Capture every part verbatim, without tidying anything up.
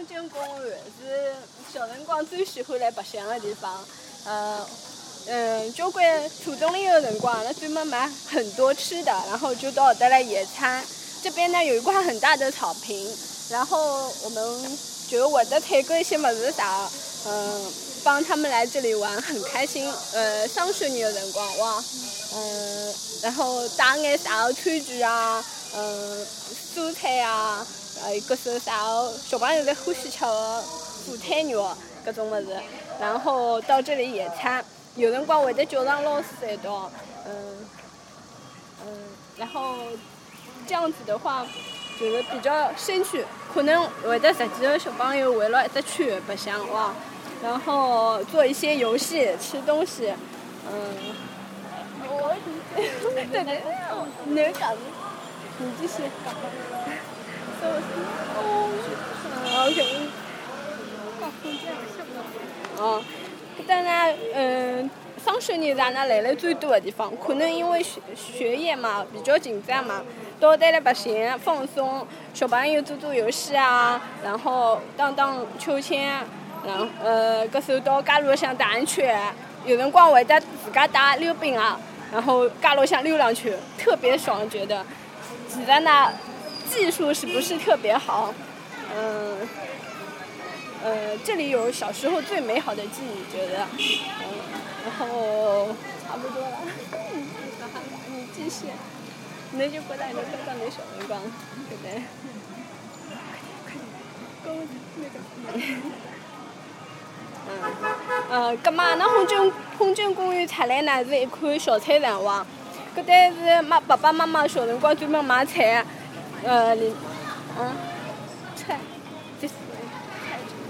井公园是小辰光最喜欢来白相的地方。呃，嗯，交关初中里的辰光，那专门买很多吃的，然后就到这来野餐。这边呢有一块很大的草坪，然后我们就我的采购一些么子啥，嗯，帮他们来这里玩很开心。呃，双十年的辰光哇，嗯，然后打眼啥餐具啊，嗯，蔬菜啊。呃，搿是啥？小朋友在欢喜吃的蔬菜肉，搿种物事。然后到这里野餐，有辰光会得叫上老师一道，嗯嗯，然后这样子的话，就是比较兴趣，可能会得十几个小朋友围了一只圈白相哇，然后做一些游戏，吃东西，嗯，我对对对，能讲，你继续讲。哦，嗯 ，OK。哦，当然，嗯，双十年咱那来了最多的地方，可能因为学学业嘛比较紧张嘛，到这来白相放松，小朋友做做游戏啊，然后打打秋千，然后呃，搿时候到街路上打一圈，有辰光会得自家打溜冰啊，然后街路上溜两圈，特别爽，觉得。其实呢。技术是不是特别好？嗯，呃，这里有小时候最美好的记忆，觉得，嗯，然后差不多了。嗯，你继续，你就觉得你刚刚那小辰光，对不对？快点，快点，嗯，呃，葛末那红军红军公园出来呢是一块小菜场哇，搿搭是妈爸爸妈妈小辰光专门买菜。呃，里，嗯，菜，就是菜场。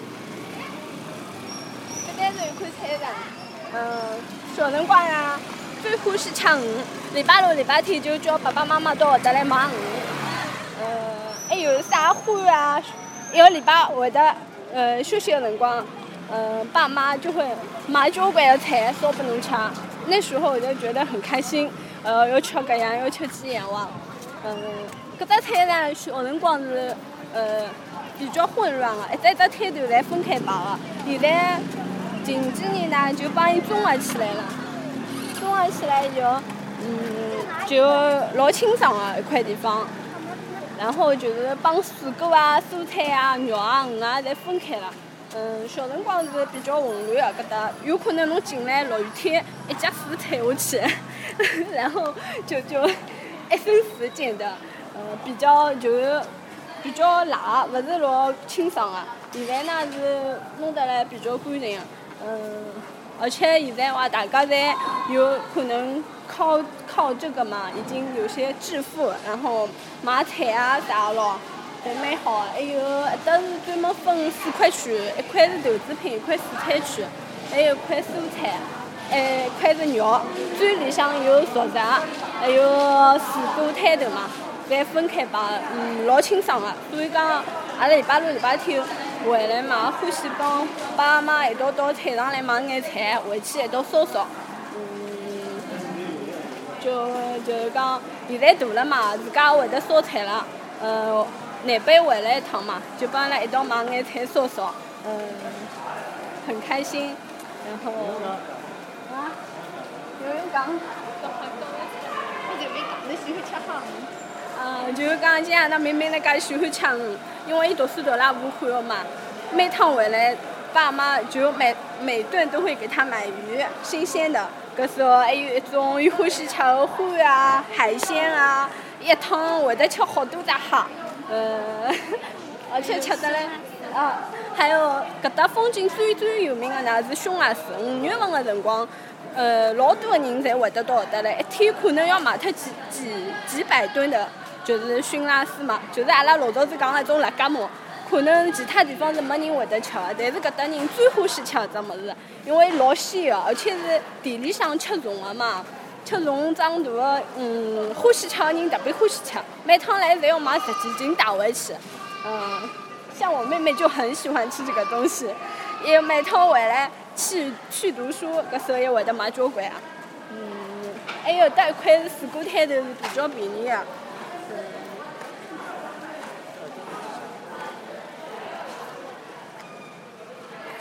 这边是一块菜场，嗯，小辰光呀，最欢喜吃鱼，礼拜六、礼拜天就叫爸爸妈妈到我这来买鱼。呃，还有啥花啊？一个礼拜会得，呃，休息的辰光，呃，爸妈就会买交关的菜烧给侬吃。那时候我就觉得很开心，呃，要吃搿样，要吃几样哇，嗯。搿只菜场小辰光是呃比较混乱的，一只一只摊头侪分开摆的。现在近几年呢就帮伊综合起来了，综合起来就嗯就老清爽的一块地方。然后就是帮水果啊、蔬菜啊、肉啊、鱼啊侪分开了。嗯，小辰光是比较混乱的搿搭，有可能侬进来落雨天一脚水踩下去，然后就就一身水溅的。呃，比较就是比较辣，勿是老清爽的。现在呢是弄得来比较干净，嗯，而且现在话大家侪有可能靠靠这个嘛，已经有些致富，然后买菜啊啥咯，侪蛮好的。还有一搭是专门分四块区，一块是投资品，一块蔬菜区，还有一块蔬菜，还一块是肉，最里向有熟食，还有水果摊头嘛。侪分开摆，嗯，老清爽的。所以讲，阿拉礼拜六、礼拜天回来嘛，欢喜帮爸妈一道到菜场来买眼菜，回去一道烧烧。嗯，就就是讲，现在大了嘛，自家会得烧菜了。呃，南北回来一趟嘛，就帮阿拉一道买眼菜烧烧。嗯，很开心。然后啊，有人讲，我就没讲，你喜欢吃哈？嗯，就是讲今夜那妹妹那介喜欢吃鱼，因为伊读书读了武汉的嘛，每趟回来，爸妈就每每顿都会给她买鱼，新鲜的。搿时候还有一种伊欢喜吃的花啊、海鲜啊，一趟会得吃好多只虾，呃，而且吃得来啊，还有搿搭风景最最有名的呢是匈牙斯，五月份的辰光。呃，老多的人侪会得到搿搭来，一天可能要卖脱几几几百吨的，就是熏辣丝嘛，就是阿拉老早子讲的种辣椒馍，可能其他地方是没人会得吃的，但是搿搭人最欢喜吃搿只物事，因为老鲜的，而且是地里向吃虫的嘛，吃虫长大的，嗯，欢喜吃的人特别欢喜吃，每趟来侪要买十几斤带回去，嗯，像我妹妹就很喜欢吃这个东西，也每趟回来。去去读书，搿时候也会得买交关啊。嗯，还有搭一块是水果摊头是比较便宜的。嗯，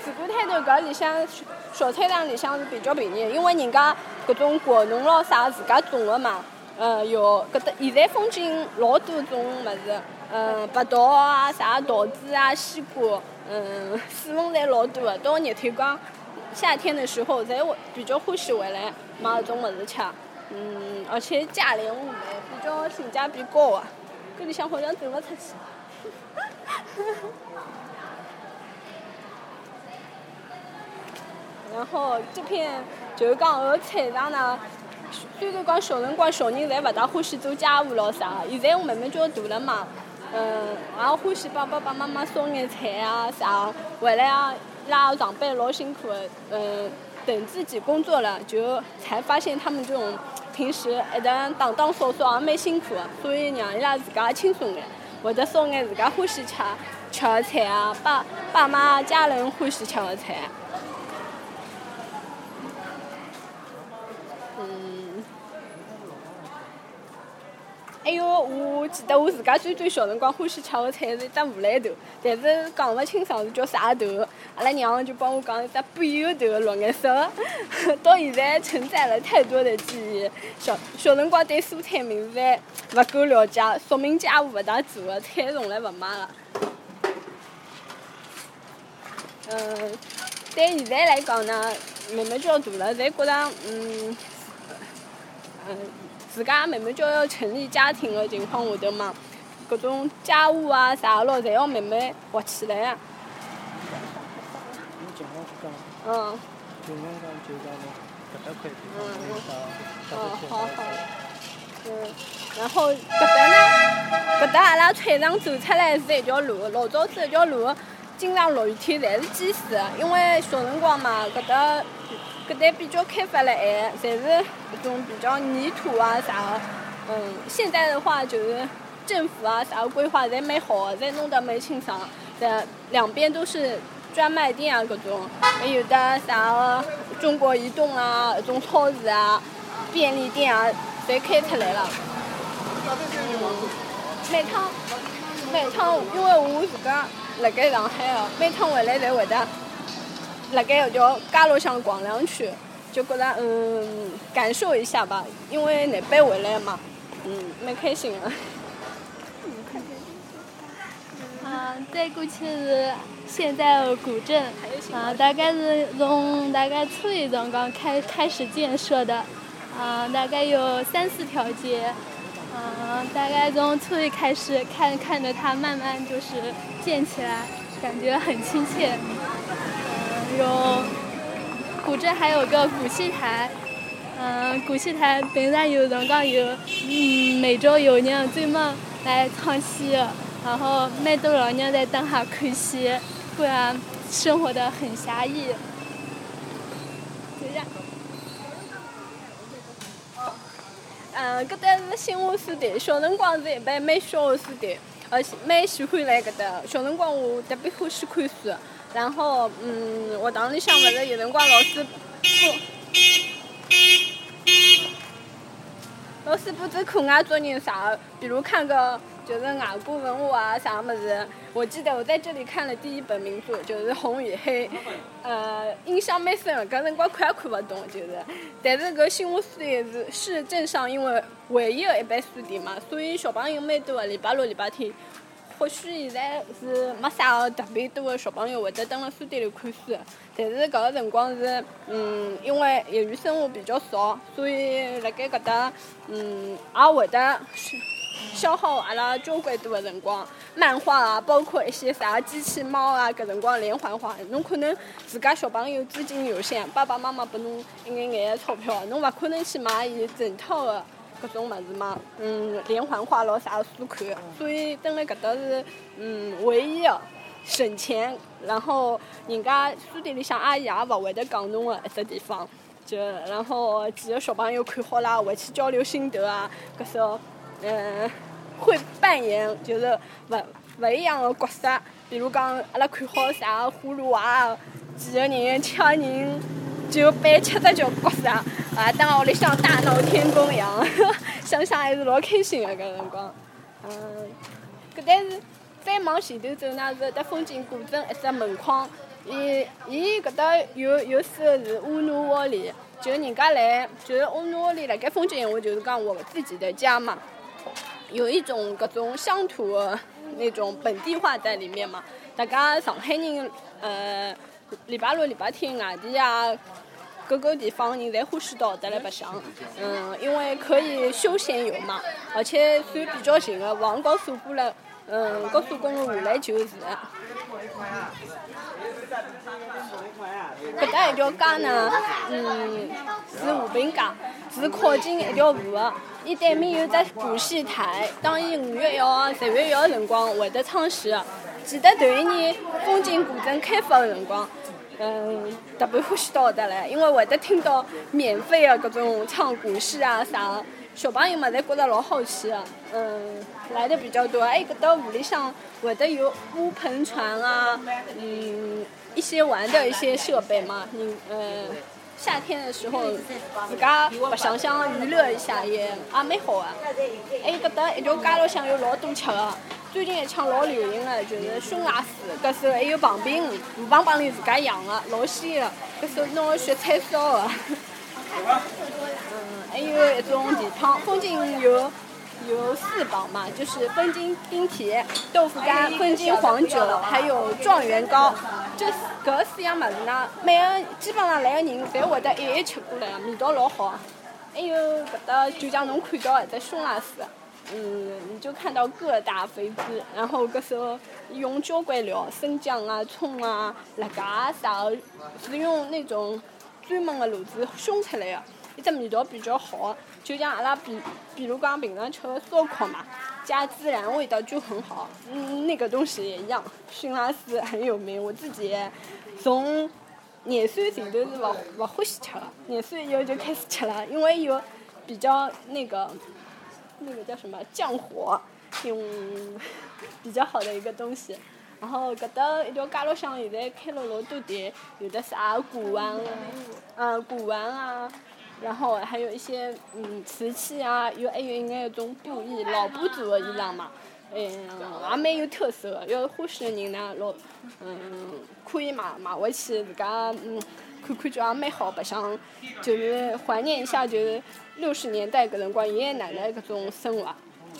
自古摊头搿里向小菜场里向是比较便宜，因为人家搿种果农咯啥自家种的嘛。呃，有搿搭现在风景老多种物事，嗯，白桃啊，啥桃子啊，西瓜，嗯，水分侪老多的。到热天光夏天的时候，侪会比较欢喜回来买搿种物事吃。嗯，而且价廉物美，比较性价比高啊。搿里向好像走勿出去。然后这片就是讲搿菜场呢。虽然讲小辰光小人侪勿大欢喜做家务咯啥，现在我慢慢叫大了嘛，嗯，也欢喜帮爸爸妈妈烧眼菜啊啥，回来啊，拉上班老辛苦的，嗯，等自己工作了，就才发现他们这种平时一直打打扫扫也蛮辛苦的，所以让伊拉自家轻松点，会得烧眼自家欢喜吃吃的菜啊，爸爸妈家人欢喜吃的菜。还有，我记得我自家最最小辰光欢喜吃的菜是一只无赖头，但是讲勿清爽是叫啥头。阿拉娘就帮我讲一只半油头的绿颜色的，到现在承载了太多的记忆。小小辰光对蔬菜名字还勿够了解，说明家务勿大做的，菜从来勿买了。嗯，对现在来讲呢，慢慢叫大了，侪觉得嗯嗯。自家慢慢就要成立家庭的情况下头嘛，各种家务啊啥咯，侪要慢慢学起来啊。 你讲好是讲。 嗯。 尽量讲就讲搿搭块地方那啥， 哦，好好。嗯，然后搿搭呢，搿搭阿拉菜场走出来是一条路，老早子一条路，经常落雨天侪是积水，因为小辰光嘛，搿搭。搿搭比较开发了晚，侪是搿种比较泥土啊啥的。嗯，现在的话就是政府啊啥规划侪蛮好的，侪弄得蛮清爽。的两边都是专卖店啊，搿种还有的啥中国移动啊，搿种超市啊、便利店啊，侪开出来了。嗯，每趟每趟，因为我自家辣盖上海哦，每趟回来侪会得。辣盖一条街路上逛两圈，就觉得嗯感受一下吧，因为那边回来嘛，嗯蛮开心的。 啊，再过去是现在的古镇，啊，大概是从大概初一辰光开开始建设的，啊，大概有三四条街，啊，大概从初一开始看看着它慢慢就是建起来，感觉很亲切。有古镇还有个古戏台，嗯、呃，古戏台平常有辰光有，嗯，每周有人专门来唱戏的，然后蛮多老人在等下看戏，不然生活的很狭义。就这样。 嗯，搿搭是新华书店，小辰光是一般蛮小的书店，而且蛮喜欢来搿搭。小辰光我特别欢喜看书。然后，嗯，学堂里向勿是有辰光老师布，老师布置课外作业啥，比如看个就是外国文物啊啥么子。我记得我在这里看了第一本名著，就是《红与黑》，呃，印象蛮深的。搿辰光看也看勿懂，就是。但是搿新华书店是市镇上因为唯一的一般书店嘛，所以小朋友蛮多的，礼拜六、礼拜天。或许现在是没啥特别多的小朋友会得蹲辣书店里看书，但是搿个辰光是，嗯，因为业余生活比较少，所以辣盖搿搭，嗯，也会得消耗阿拉交关多的辰光。漫画啊，包括一些啥机器猫啊，搿辰光连环画，侬可能自家小朋友资金有限，爸爸妈妈拨侬一眼眼钞票，侬勿可能去买伊整套的。各种物事嘛，嗯，连环画咯啥书看，所以蹲辣搿搭是嗯唯一的省钱，然后人家书店里向阿姨也勿会得讲侬的一只地方，就然后几个小朋友看好啦，回去交流心得啊，搿种嗯会扮演就是勿勿一样的角色，比如讲阿拉看好啥葫芦娃，几个人七个人就扮七只角角色。啊，当屋里向大闹天宫一样，想想还是老开心的搿辰光。嗯，搿但是再往前头走呢，是得风景古镇一只门框， 伊伊搿搭有有说的是乌努沃里，就是人家来，就是乌努沃里辣盖风景闲话就是讲我自己的家嘛，有一种搿种乡土的那种本地化在里面嘛。大家上海人呃礼拜六礼拜天外地啊各个地方人侪欢喜到搿搭来白相，嗯，因为可以休闲游嘛，而且算比较近的，往高速过来，嗯，高速公路下来就是。搿搭一条街呢，嗯，是和平街，是靠近一条河的。伊对面有只古戏台，当伊五月一号、十月一号辰光会得唱戏的。记得头一年风景古镇开发的辰光，嗯，特别欢喜到搿搭来，因为会得听到免费的搿种唱古戏啊啥，小朋友嘛侪觉得老好奇的，嗯，来的比较多。哎，搿搭湖里向会得有乌篷船啊，嗯，一些玩的一些设备嘛，你呃。夏天的时候，自家白相相娱乐一下也也蛮好的。还有搿搭一条街路向有老多吃的，最近一腔老流行的就是熏鸭丝，搿时候还有棒饼，鱼棒棒里自家养的，老鲜的，搿时候拿血菜烧的。嗯，还有一种地汤，风景有有四宝嘛，就是风景冰皮、豆腐干、风景黄酒，还有状元糕。这搿四样物事呢，每个基本上来个人侪会得一一吃过来，味道老好。还有搿搭就像侬看到的熏鸭丝，嗯，你就看到个大肥滋，然后搿时候用交关料，生姜啊、葱啊、辣椒啊啥的，是用那种专门的炉子熏出来的，伊只味道比较好。就像阿拉比比如讲平常吃的烧烤嘛，加孜然味道就很好。嗯，那个东西也一样，熏鸭丝很有名，我自己从廿岁前头是勿勿欢喜吃的，廿岁以后就开始吃了，因为有比较那个那个叫什么降火，用比较好的一个东西。然后搿搭一条街路上现在开了老多店，有的啥古玩啊，嗯，古玩啊。然后还有一些嗯瓷器啊，有还有应该有种布艺，老布做的衣裳嘛，嗯，也蛮有特色的。要欢喜的人呢，老嗯可以买买回去自家嗯看看，就也蛮好白相，就是怀念一下就是六十年代搿辰光爷爷奶奶搿种生活。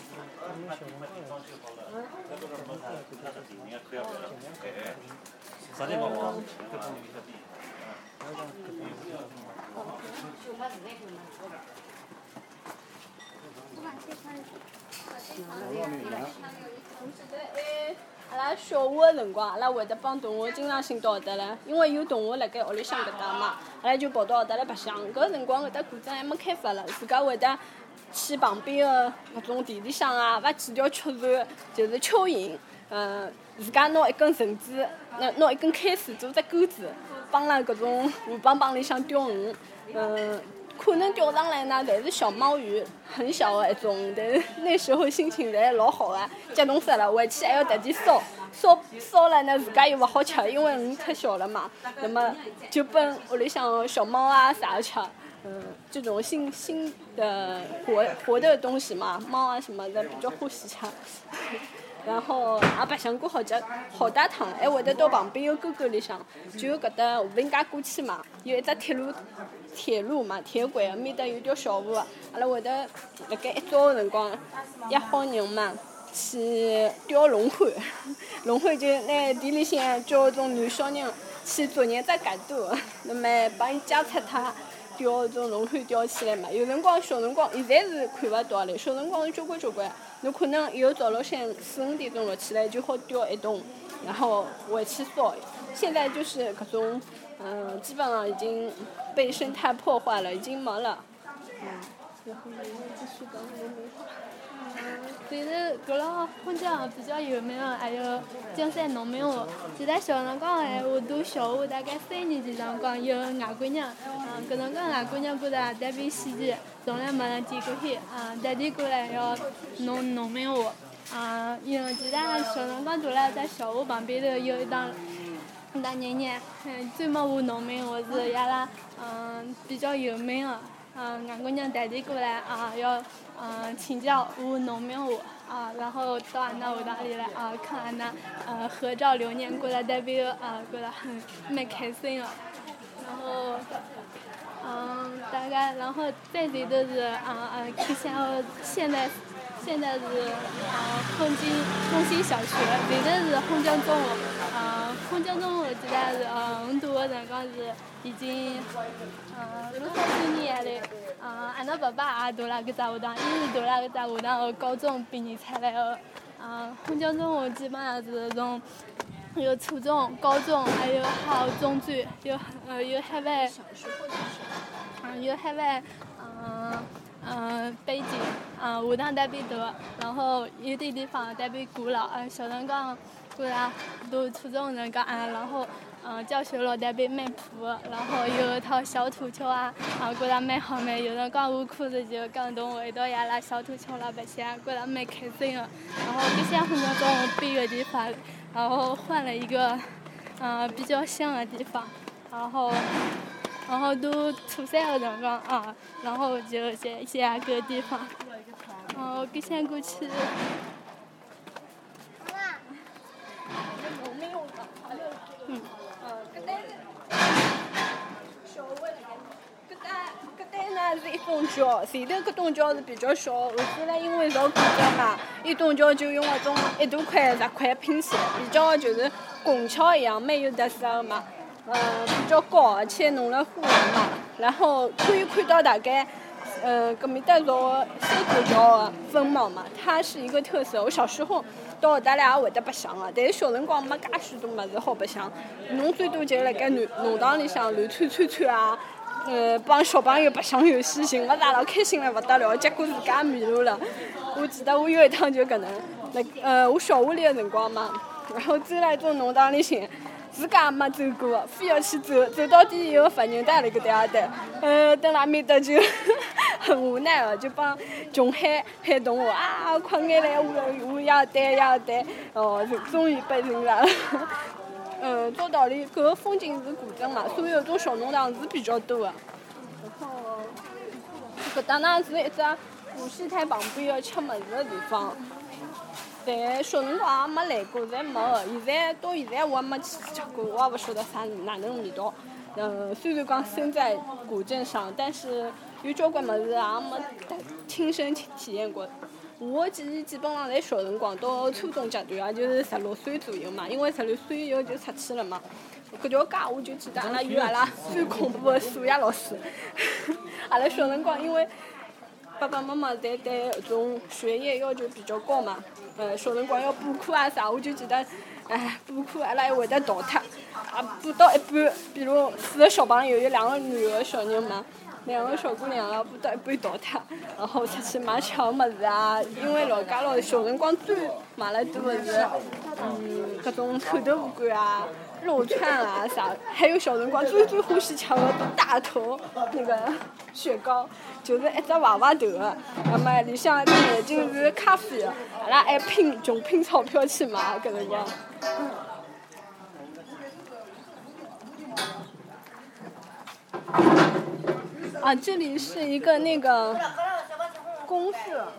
阿拉小学的辰光，阿拉会得帮同学经常性到搿搭来，因为有同学辣盖屋里向搿搭嘛，阿拉就跑到搿搭来白相。搿辰光搿搭古镇还没开发了，自家会得去旁边的搿种田里向啊，挖几条曲船，就是蚯蚓，嗯，自家拿一根绳子，拿拿一根开水做只钩子，帮辣搿种河浜浜里向钓鱼，嗯。可能钓上来呢，侪是小猫鱼，很小的一种，但是那时候心情侪老好啊，激动死了，回去还要特地烧，烧烧了呢，自家又勿好吃，因为鱼太小了嘛，那么就分屋里向小猫啊啥吃，嗯，这种新新的活活的东西嘛，猫啊什么的比较欢喜吃。然后也白相过好几好大趟，还会得到旁边个沟沟里向，就搿搭和平街过去嘛，有一只铁路，铁路嘛，铁轨，埃面搭有条小河，阿拉会得辣盖一早个辰光，约好人嘛，去钓龙虾，龙虾就拿店里向叫种男小人去作业只格度，那么帮伊加出他。钓种龙虾钓起来嘛，有辰光小辰光现在是看勿到了，小辰光交关交关，侬可能一个早浪向四五点钟落起来就好钓一顿，然后回去烧。现在就是搿种，嗯、呃，基本上已经被生态破坏了，已经没了。嗯，然后我们继续讲我们。 对头搿老福建比较有名的还有金山农民话。记得小辰光的闲话，读小学大概三年级辰光有外国人，嗯，搿辰光外国人觉得特别稀奇，从来没人见过海，嗯，特地过来要弄农民话，嗯，因为记得小辰光读了在小学旁边头有一档。一档爷爷，嗯，专门画农民话是阿拉嗯比较有名的。嗯，外国人特地过来啊，要嗯请教画农民话， 啊，然后到俺那学堂里来啊，看俺那呃合照留念，觉得代表啊，觉得很蛮开心的。然后，嗯，大概然后再这都是啊啊，看像现在现在是啊红景中心小学，这个是红江中学，啊红江中学记得是呃我读的辰光是已经呃六十几年了。啊，俺那爸爸也读了搿只学堂，伊是读了搿只学堂的高中毕业出来的。啊，红江中学基本上是从有初中、高中，还有还有中专，有呃有海外，嗯有海外，嗯嗯背景，啊学堂代表读，然后有的地方代表过了，呃小辰光过了读初中辰光啊，然后。嗯，教学老代表蛮谱的，然后有一套小土球啊，啊，觉得蛮好蛮。有辰光下课时就跟同学一道夜拉小土球啦，白相，觉得蛮开心的。然后别像很多中学别个地方，然后换了一个，嗯、呃，比较新的地方，然后，然后读初三的辰光啊，然后就在在搿个地方，然后别像过去。嗯。 搿搭小学辣盖，搿搭搿搭呢是一栋桥，前头搿栋桥是比较小，后头呢因为造古镇嘛，一栋桥就用那种一大块石块拼起来，比较就是拱桥一样，蛮有特色的嘛。呃，比较高，而且弄了护栏嘛，然后可以看到大概。呃，搿面搭造三股桥的分貌嘛，它是一个特色。我小时候到学堂里也会得白相的，但是小辰光没介许多物事好白相，侬最多就辣盖弄弄堂里向乱窜窜窜啊，呃，帮小朋友白相游戏，寻勿着老开心了勿得了，结果自家迷路了。我记得我有一趟就搿能，辣呃我小学里的辰光嘛，然后走了一种弄堂里向。自家也没走过，非要去走，走到底有个罚人带辣搿搭搭，呃，等辣面搭就很无奈了，就帮穷喊喊同学啊，快眼来，我我要带要带，哦，终于被人了。嗯，照道理，搿个风景是古镇嘛，所以有种小弄堂是比较多的。然后搿搭呢是一只五溪滩旁边的吃物事的地方。但小辰光也没来过，侪没个。现在到现在我也没去吃过，我也勿晓得啥哪能味道。嗯，虽然讲身在古镇上，但是有交关物事也没亲身体体验过。我记忆基本上在小辰光到初中阶段，也就是十六岁左右嘛，因为十六岁以后就出去了嘛。搿条街我就记得阿拉有阿拉最恐怖的数学老师。阿拉小辰光因为爸爸妈妈侪对搿种学业要求比较高嘛，呃，小辰光要补课啊啥，我就记得，哎，补课阿拉还会得逃脱，啊，补到一半，比如四个小朋友有两个女的小人嘛，两个小姑娘啊，补到一半逃脱，然后出去买抢物事啊，因为老家老小辰光最买了多的是，嗯，搿种臭豆腐干啊。肉串啊啥，还有小辰光最最欢喜吃的大头那个雪糕，就是一只娃娃头的，那么里向眼睛是咖啡的，阿拉还拼穷拼钞票去买搿辰光。啊，这里是一个那个公社。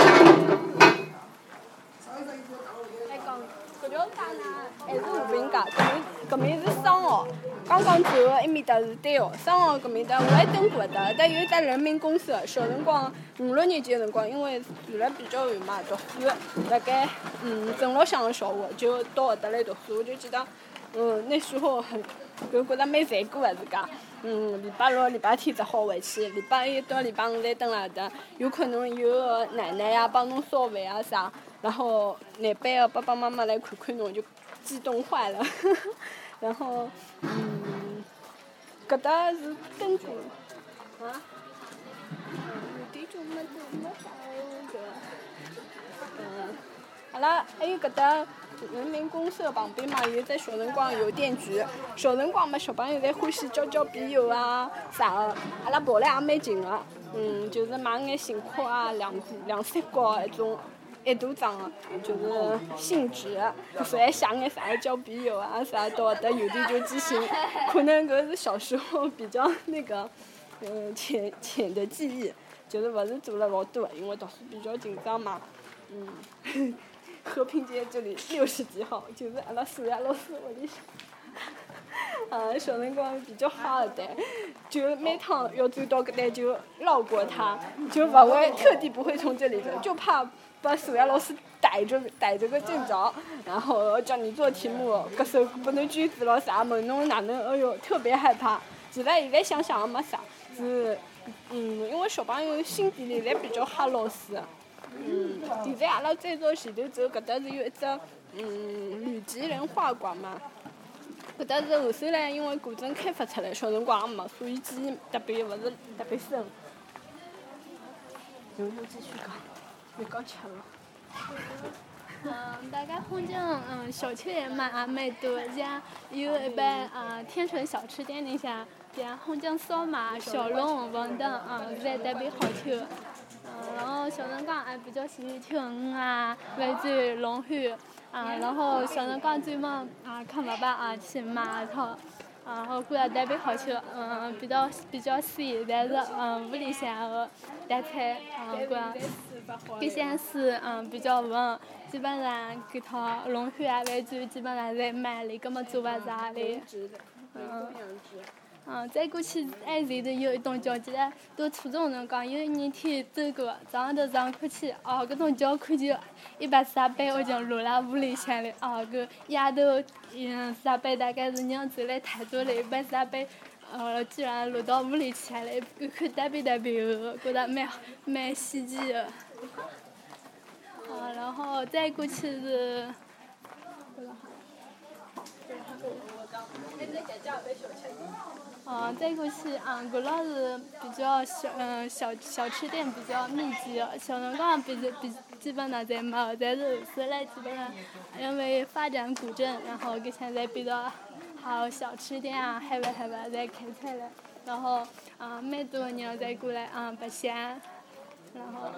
搿条街呢还是和平街，搿面搿面是商学，刚刚走的埃面搭是单学，商学搿面搭我还蹲过搿搭，但有一只人民公社。小辰光五六年级的辰光，因为住了比较远嘛，读书辣盖嗯镇老乡的小学，就到搿搭来读书。我就记得，嗯那时候很，就觉得蛮残酷的自家。嗯，礼拜六、礼拜天只好回去，礼拜一到礼拜五再蹲辣搿搭，有可能有个奶奶呀帮侬烧饭啊啥。然后那班的爸爸妈妈来看看侬，就激动坏了。然后，嗯，搿搭是根据啊，有点就没得没啥搿，嗯，阿拉还有搿搭人民公社旁边嘛，有只小辰光邮电局。小辰光嘛，小朋友侪欢喜交交笔友啊啥的，阿拉跑来也蛮勤个，嗯，就是买眼信壳啊、两两三角一种。一大张的，就是信纸，再写眼啥交笔友啊啥，到搿搭邮递就寄信。可能搿是小时候比较那个，嗯，浅浅的记忆，就是勿是做了老多，因为读书比较紧张嘛。 嗯，和平街这里六十几号，就是阿拉数学老师屋里向。呃，小辰光比较哈的，就每趟要走到搿搭就绕过他，就不会特地不会从这里走，就怕把数学老师逮着逮着个正着，然后叫你做题目，搿手不能举子了啥，问侬哪能，哎哟，特别害怕。其实现在想想也没啥，是嗯，因为小朋友心底里侪比较哈老师。嗯，现在阿拉再朝前头走，搿搭是有一只嗯吕吉人画馆嘛。搿搭是后首来，因为古镇开发出来，小辰光也没，所以记忆特别勿是特别深。然后继续讲，你讲吃了。 嗯，大概红景嗯小吃也蛮也蛮多，像有一般啊天纯小吃店里向，像红景烧麦、小笼、馄饨，嗯，侪特别好吃。嗯，然后小辰光还比较喜欢吃鱼啊、饭转、龙虾。啊，然后小辰光专门啊看爸爸啊去买一套，然后觉得特别好吃，嗯，比较比较咸，但是嗯屋里向的大菜，嗯，觉得搿些是嗯比较稳，基本上搿套龙虾啊饭转基本上侪买了，根本做勿着嘞，嗯。嗯，再过去还前头有一栋桥，记得读初中辰光有一天走过，早上头上课去，哦，搿栋桥看见一百四十班已经落辣屋里向了，哦，搿夜头嗯四十班大概是人走来太多了，一百四十班呃居然落到屋里去了，搿看特别特别厚，觉得蛮蛮稀奇的。啊，然后再过去是。嗯，再过去，嗯，搿老是比较小，嗯，小小吃店比较密集的，小辰光比比基本上侪没，但是后头来基本上因为发展古镇，然后搿现在变到还有小吃店啊，海外海外侪开出来，然后嗯，蛮多人侪过来嗯白相，然后。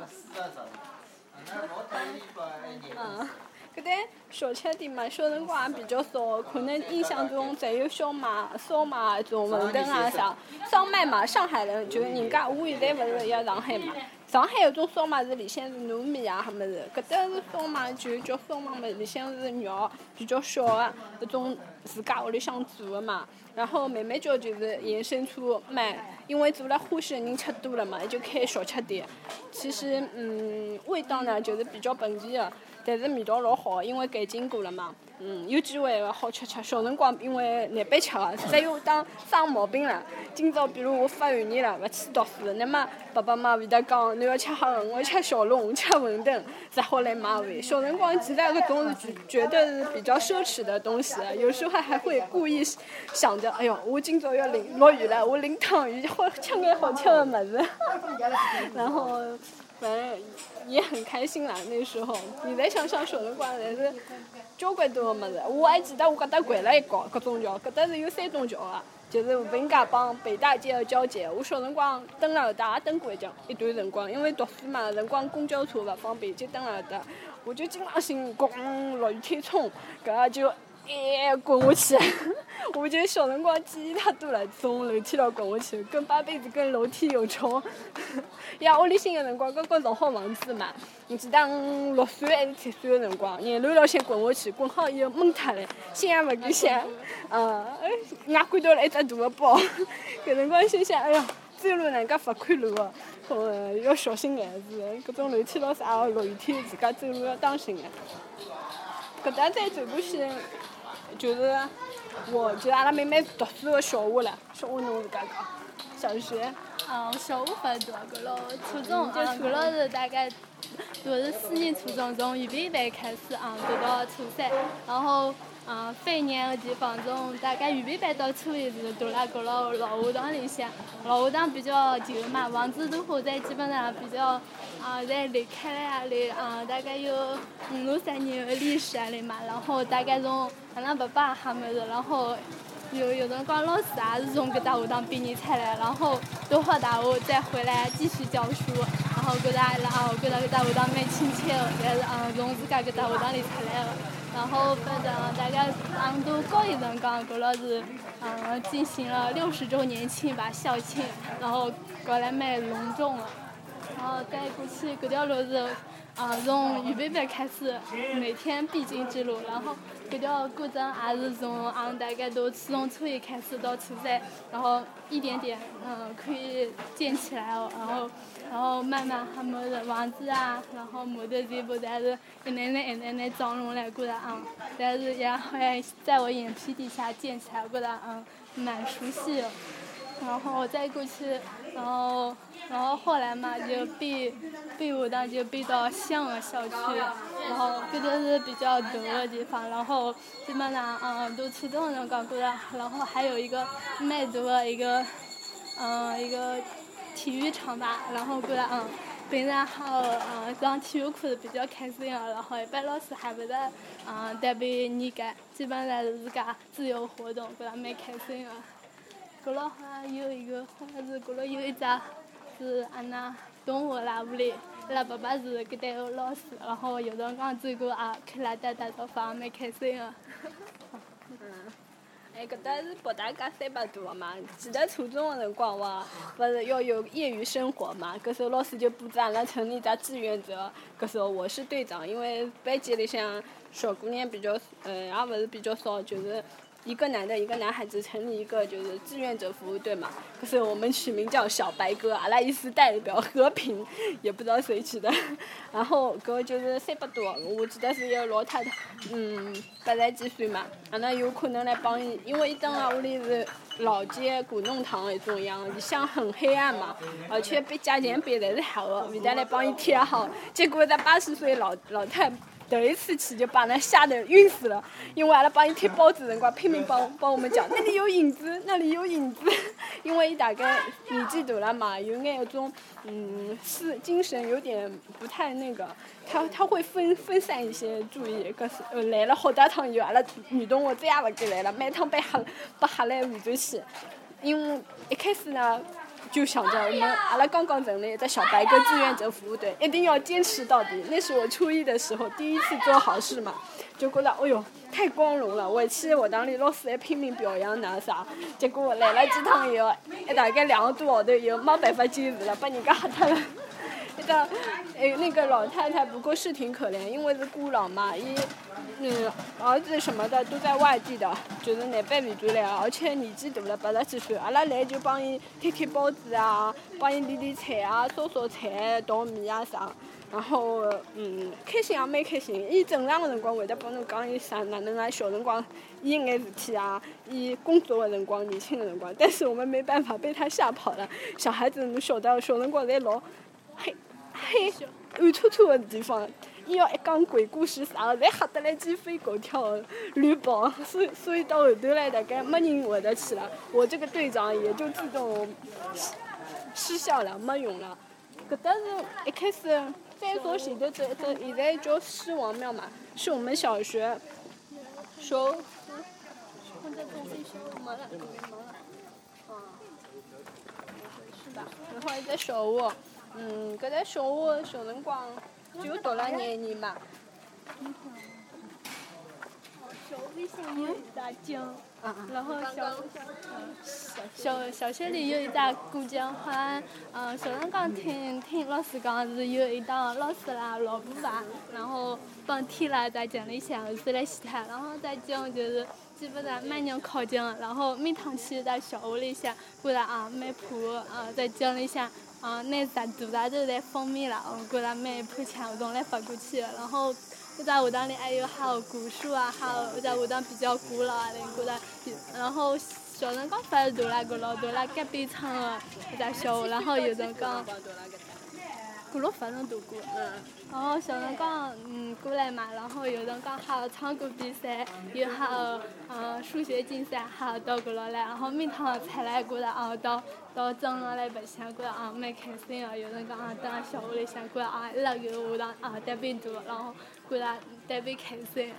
嗯。搿搭小吃店嘛，小辰光也比较少，可能印象中只有小麦、烧麦、种馄饨啊啥。烧麦嘛，上海人就是人家我现在勿是要上海嘛，上海有种烧麦是里向是糯米啊啥物事，搿搭是烧麦就叫烧麦嘛，里向是肉比较小个，搿种自家屋里向做个嘛。然后慢慢叫就是延伸出卖，因为做了花市的人吃多了嘛，也就开小吃店。其实嗯，味道呢就是比较本地的。但是味道老好，因为改进过了嘛。嗯，有机会好吃吃。小辰光因为难办吃个，只有当生毛病了。今朝比如我发寒热了，勿去读书，那么爸爸妈妈会得讲，侬要吃黑鱼，我吃小笼，吃馄饨，只好来买回。小辰光其实搿种是觉得是比较奢侈的东西，有时候还会故意想着，哎哟，我今朝要淋落雨了，我淋汤鱼，好吃眼好吃的物事。然后。反正也很开心啦，那时候。现在想想小辰光侪是交关多个物事。我还记得我搿搭掼了一角，搿种桥，搿搭是有三栋桥个，就是文家帮北大街个交界。我小辰光蹲辣搿搭也蹲过一段一段辰光，因为读书嘛，辰光公交车勿方便，就蹲辣搿搭。我就经常性咣落雨天冲，搿就。哎，滚下去！我觉得小辰光记忆太多了，从楼梯上滚下去，跟八辈子跟楼梯有仇。呀，屋里新个辰光刚刚造好房子嘛，你记得六岁还是七岁个辰光，沿路老先滚下去，滚好以后闷脱了，心也勿敢想，嗯，外感到了一只大个包。搿辰光心想，哎呀，走路人家勿看路个，嗯，要小心眼子，搿种楼梯咾啥，落雨天自家走路要当心个。搿搭再走过去。就是我就是阿拉妹妹读书个小学了，小学侬自家讲，小学。 嗯，小学勿读，搿老初中，嗯，搿老是大概读是四年初中，从预备班开始啊，读到初三，然后嗯，翻年个地方从大概预备班到初一是读辣搿老老学堂里向，老学堂比较旧嘛，房子都现在基本上比较啊，侪离开了啊，离啊大概有五六十年个历史啊里嘛，然后大概从阿拉爸爸哈么子，然后。有有辰光老师也是从搿搭学堂毕业出来，然后读好大学再回来继续教书，然后觉得阿拉哦，觉得搿搭学堂蛮亲切的，但是嗯从自家搿搭学堂里出来的，然后反正大概上读高一辰光，搿老是嗯进行了六十周年庆吧校庆，然后搞得蛮隆重的，然后再过去搿条路是啊，从预备班开始，每天必经之路。然后搿条过程也是从啊大概都从初一开始到初三，然后一点点嗯可以建起来哦，然后然后慢慢还没的房子啊，然后木头全部侪是一奶奶一奶奶装容来过来啊，但是也会在我眼皮底下建起来，我觉得嗯蛮熟悉的。然后再过去，然后然后后来嘛就变变下档就变到乡的小区，然后搿就是比较大的地方，然后基本上嗯读初中的辰光过来，然后还有一个蛮大的一个嗯一个体育场吧，然后过来嗯平常好嗯上体育课是比较开心的，然后一般老师还不是嗯特别严格，基本上是自家自由活动，觉得蛮开心的。搿落好像有一个，好像是搿落有一只是俺那同学啦屋里，伊拉爸爸是搿搭个老师，然后有辰光走过啊，看拉搭打招呼，蛮开心的。 嗯，哎，搿搭是北大街三百多个嘛。记得初中的辰光哇，勿是要有业余生活嘛？搿时候老师就布置阿拉成立只志愿者，搿时候我是队长，因为班级里向小姑娘比较，呃，也勿是比较少，就是。一个男的，一个男孩子成立一个就是志愿者服务队嘛，可是我们取名叫小白鸽，阿拉意思代表和平，也不知道谁取的。然后搿就是三百多，我记得是一个老太太，嗯，八十几岁嘛，阿拉有可能来帮伊，因为伊当啊屋里是老街古弄堂那种样，里向很黑暗嘛，而且壁价钱壁侪是黑的，为得来帮伊贴好，结果在八十岁老老太。头一次去就把那吓得晕死了，因为阿拉帮伊贴包子的辰光拼命帮帮我们讲那里有影子，那里有影子，因为伊大概年纪大了嘛，有眼那种嗯是精神有点不太那个，他他会分分散一些注意，可是呃来了好大趟以后，阿拉女同学再也勿敢来了，每趟被吓被吓来换转去，因为一开始呢。就想着我们阿拉刚刚成立一个小白鸽志愿者服务队，一定要坚持到底。那是我初一的时候第一次做好事嘛，就觉得哎哟太光荣了。回去学堂里老师还拼命表扬哪啥，结果来了几趟以后，一大概两个多号头以后没办法坚持了，把人家吓脱了。那个诶，那个老太太不过是挺可怜，因为是孤老嘛，伊嗯儿子什么的都在外地的，就是南北为主来，而且年纪大了，八十几岁，阿拉来就帮伊贴贴包子啊，帮伊理理菜啊，烧烧菜、捣米啊啥。然后嗯，开心也蛮开心。伊正常的辰光会得帮侬讲伊啥哪能啊，小辰光伊眼事体啊，伊工作的辰光、年轻的辰光，但是我们没办法被他吓跑了。小孩子侬晓得，小辰光侪老黑黑暗戳戳的地方。伊要一讲鬼故事啥的，侪吓得来鸡飞狗跳的乱跑，所以所以到后头来大概没人会得去了，我这个队长也就自动失效了，没用了。搿搭是一开始再从前头走一走，现在叫狮王庙嘛，是我们小学小或者中心小没了，没了，啊，是吧？然后一只小学，嗯，搿只小学小辰光。就读了廿年嘛。 小微信有一大江，然后小小小学里有一大古江，好像嗯小辰光听听老师讲是有一档老师啦、老师吧，然后帮天啦在讲里向是来洗他，然后再讲就是基本上每年考奖，然后每趟去在小学里向，过来啊买铺啊在讲里向。啊，拿大大头侪封面了，我觉着蛮破强动来发过去的。然后，一只学堂里还有还有古树啊，还有一只学堂比较古老啊，我觉着。然后小辰光发是大了个老大了隔壁村的一只小学，然后有辰光。搿落发生大过。嗯。然后小辰光嗯过来嘛，然后有辰光还有唱歌比赛，有还有嗯数学竞赛，还有到搿落来，然后每趟出来觉着啊到到镇上来白相，觉着啊蛮开心的。有辰光啊蹲辣小学里向，觉着啊伊拉搿个学堂啊特别大，然后觉着特别开心。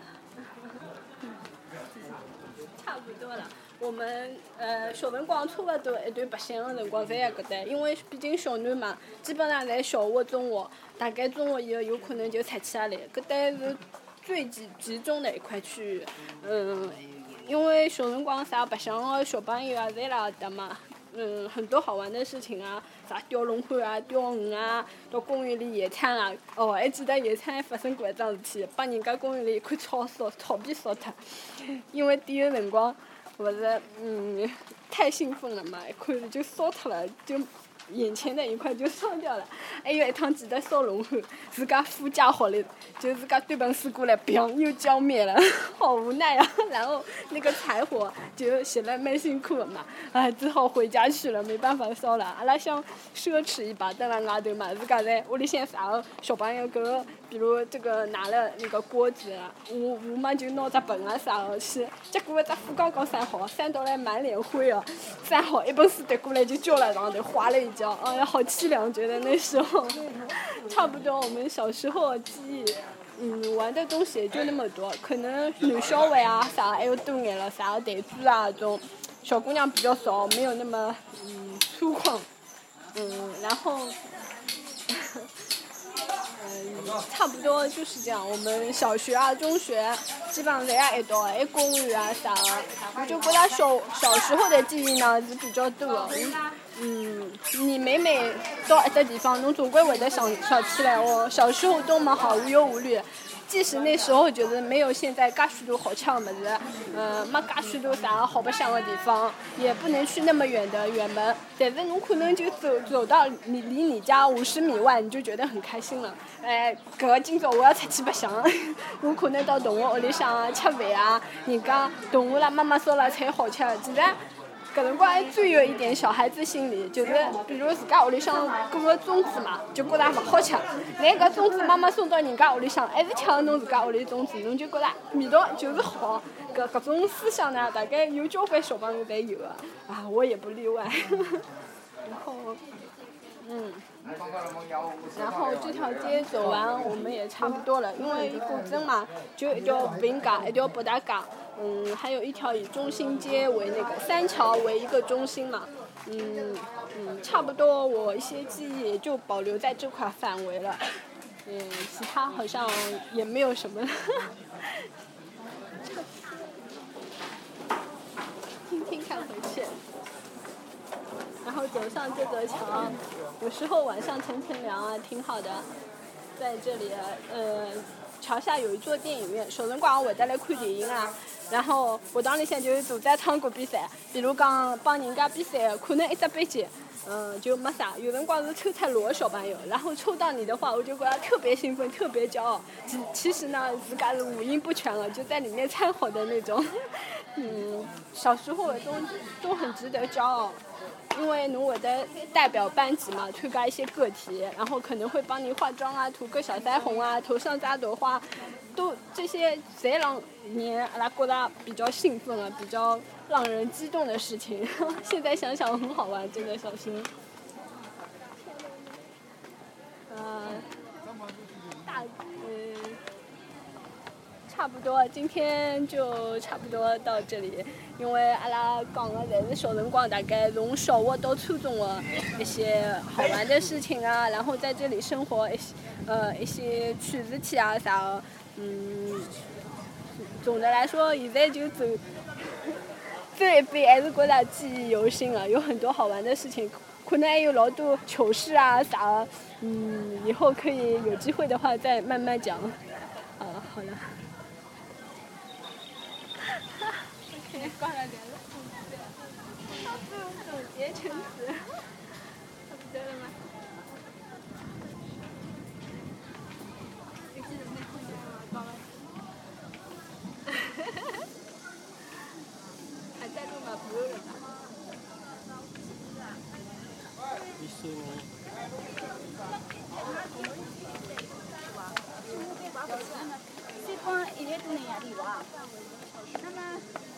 差不多了。我们呃小辰光差不多一段白相的辰光，侪在搿搭，因为毕竟小囡嘛，基本上侪小学、中学，大概中学以后有可能就出去了来。搿搭是最集集中的一块区域，嗯，因为小辰光啥白相的小朋友啊，侪辣搿搭嘛， 嗯，很多好玩的事情啊，啥钓龙虾啊、钓鱼啊，到公园里野餐啊。哦，还记得野餐还发生过一桩事体，帮人家公园里一棵草烧草皮烧脱，因为点的辰光不是嗯太兴奋了嘛，一看就烧脱了，就眼前的一块就烧掉了。还有一趟记得烧龙虾，自家副驾好了，就自家对本事过来，砰又浇灭了，好无奈啊。然后那个柴火就写了蛮辛苦的嘛，哎，只好回家去了，没办法烧了。阿拉想奢侈一把，蹲在外头嘛，自家在屋里向啥小朋友个，比如这个拿了那个锅子，我我嘛就拿只盆啊啥的去，结果只火刚刚扇好，扇到来满脸灰哦，扇好一本书夺过来就浇了上头，滑了一跤，哎呀，好凄凉，觉得那时候，差不多我们小时候记忆。嗯，玩的东西也就那么多，可能男小孩啊啥还有多眼了，啥弹珠啊这种，小姑娘比较少，没有那么嗯粗犷，嗯，然后，嗯，差不多就是这样。我们小学啊、中学基本上在一道，还有公园啊啥的，我就觉得小小时候的记忆呢是比较多的。嗯，你每每到一个地方，侬总归会得想想起来哦，小时候多么好，无忧无虑。即使那时候觉得没有现在介许多好吃的么子，呃，没介许多啥好白相的地方，也不能去那么远的远门，但是侬可能就走走到你离你家五十米外，你就觉得很开心了。哎，搿个今朝我要出去白相，我可能到同学屋里向吃饭啊，人家同学啦妈妈烧了菜好吃，其实。搿辰光还最有一点小孩子心理，就是比如自家屋里向割个粽子嘛，就觉得勿好吃。那个粽子妈妈送到人家屋里向，还是抢侬自家屋里粽子，侬就觉得味道就是好。搿搿种思想呢，大概有交关小朋友侪有的，啊，我也不例外。然后，嗯。然后这条街走完，我们也差不多了，因为古镇嘛，就一条步行街，一条北大街，嗯，还有一条以中心街为那个三桥为一个中心嘛，嗯嗯，差不多我一些记忆也就保留在这块范围了，嗯，其他好像也没有什么了。听听看回去。然后走上这座桥，有时候晚上乘乘凉啊，挺好的。在这里，呃，桥下有一座电影院，小辰光会得来看电影啊。然后学堂里向就组织唱歌比赛，比如讲帮人家比赛，可能一只班级，嗯，就没啥。有辰光是抽出裸小朋友，然后抽到你的话，我就觉得特别兴奋，特别骄傲。其其实呢，自家是五音不全了，就在里面掺和的那种。嗯，小时候都都很值得骄傲。因为侬会得代表班级嘛，参加一些个题，然后可能会帮你化妆啊，涂个小腮红啊，头上扎朵花，都这些侪让人阿拉觉得比较兴奋啊，比较让人激动的事情。现在想想很好玩，真的小心。呃，大呃。差不多，今天就差不多到这里，因为阿拉讲的侪是小辰光，大概从小学到初中的一些好玩的事情啊，然后在这里生活一些呃一些趣事体啊啥的，嗯，总的来说，现在就走走一遍还是觉得记忆犹新啊，有很多好玩的事情，可能还有老多糗事啊啥的，嗯，以后可以有机会的话再慢慢讲。啊，好了。挂了点了，他不总结成词，差不多了吗？还在录吗？不录了吧？ 一四年。 这光一天都能压力哇？那么。